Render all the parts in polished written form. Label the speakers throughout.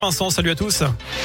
Speaker 1: Vincent, salut à tous.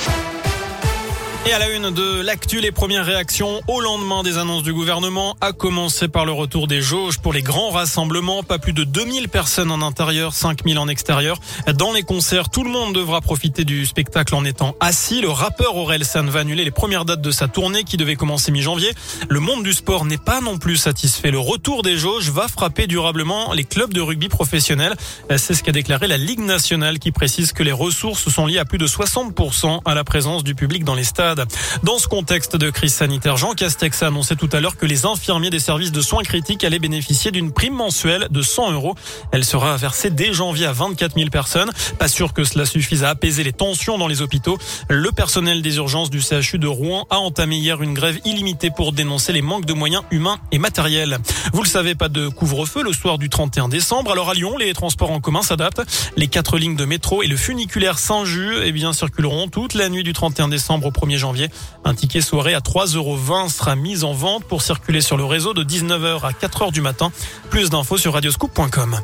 Speaker 1: Et à la une de l'actu, les premières réactions au lendemain des annonces du gouvernement, à commencer par le retour des jauges pour les grands rassemblements. Pas plus de 2000 personnes en intérieur, 5000 en extérieur. Dans les concerts, tout le monde devra profiter du spectacle en étant assis. Le rappeur Orelsan va annuler les premières dates de sa tournée qui devait commencer mi-janvier. Le monde du sport n'est pas non plus satisfait. Le retour des jauges va frapper durablement les clubs de rugby professionnels. C'est ce qu'a déclaré la Ligue nationale qui précise que les ressources sont liées à plus de 60% à la présence du public dans les stades. Dans ce contexte de crise sanitaire, Jean Castex a annoncé tout à l'heure que les infirmiers des services de soins critiques allaient bénéficier d'une prime mensuelle de 100 €. Elle sera versée dès janvier à 24 000 personnes. Pas sûr que cela suffise à apaiser les tensions dans les hôpitaux. Le personnel des urgences du CHU de Rouen a entamé hier une grève illimitée pour dénoncer les manques de moyens humains et matériels. Vous le savez, pas de couvre-feu le soir du 31 décembre. Alors à Lyon, les transports en commun s'adaptent. Les 4 lignes de métro et le funiculaire Saint-Just circuleront toute la nuit du 31 décembre au 1er janvier. Un ticket soirée à 3,20 € sera mis en vente pour circuler sur le réseau de 19h à 4h du matin. Plus d'infos sur radioscoop.com.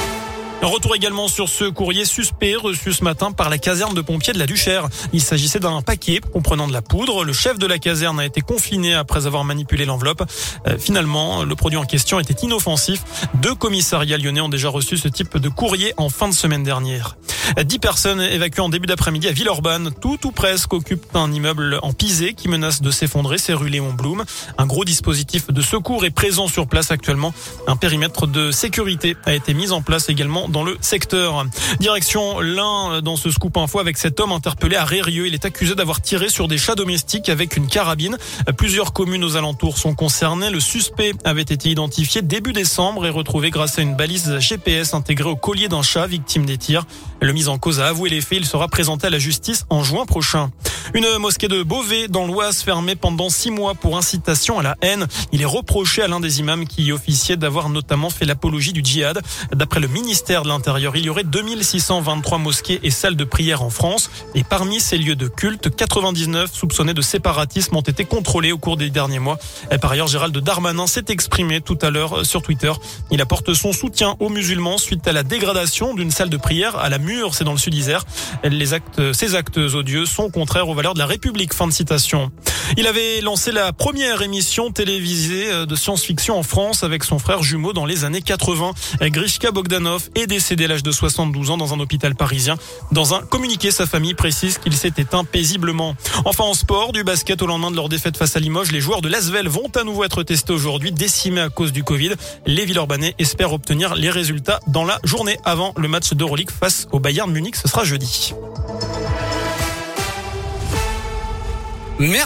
Speaker 1: Retour également sur ce courrier suspect reçu ce matin par la caserne de pompiers de la Duchère. Il s'agissait d'un paquet comprenant de la poudre. Le chef de la caserne a été confiné après avoir manipulé l'enveloppe. Finalement, le produit en question était inoffensif. 2 commissariats lyonnais ont déjà reçu ce type de courrier en fin de semaine dernière. 10 personnes évacuées en début d'après-midi à Villeurbanne. Tout ou presque occupent un immeuble en pisé qui menace de s'effondrer. C'est rue Léon Blum. Un gros dispositif de secours est présent sur place actuellement. Un périmètre de sécurité a été mis en place également dans le secteur. Direction l'Ain dans ce scoop info avec cet homme interpellé à Rérieux. Il est accusé d'avoir tiré sur des chats domestiques avec une carabine. Plusieurs communes aux alentours sont concernées. Le suspect avait été identifié début décembre et retrouvé grâce à une balise GPS intégrée au collier d'un chat victime des tirs. Le mis en cause a avoué les faits. Il sera présenté à la justice en juin prochain. Une mosquée de Beauvais dans l'Oise fermée pendant 6 mois pour incitation à la haine. Il est reproché à l'un des imams qui y officiait d'avoir notamment fait l'apologie du djihad. D'après le ministère de l'Intérieur, il y aurait 2623 mosquées et salles de prière en France. Et parmi ces lieux de culte, 99 soupçonnés de séparatisme ont été contrôlés au cours des derniers mois. Et par ailleurs, Gérald Darmanin s'est exprimé tout à l'heure sur Twitter. Il apporte son soutien aux musulmans suite à la dégradation d'une salle de prière à la Mure, c'est dans le Sud-Isère. Ces actes odieux sont contraires aux valeurs de la République. Fin de citation. Il avait lancé la première émission télévisée de science-fiction en France avec son frère jumeau dans les années 80. Grishka Bogdanov est décédé à l'âge de 72 ans dans un hôpital parisien. Dans un communiqué, sa famille précise qu'il s'est éteint paisiblement. Enfin, en sport, du basket au lendemain de leur défaite face à Limoges, les joueurs de l'Asvel vont à nouveau être testés aujourd'hui, décimés à cause du Covid. Les Villeurbanais espèrent obtenir les résultats dans la journée avant le match d'Euroleague face au Bayern Munich. Ce sera jeudi.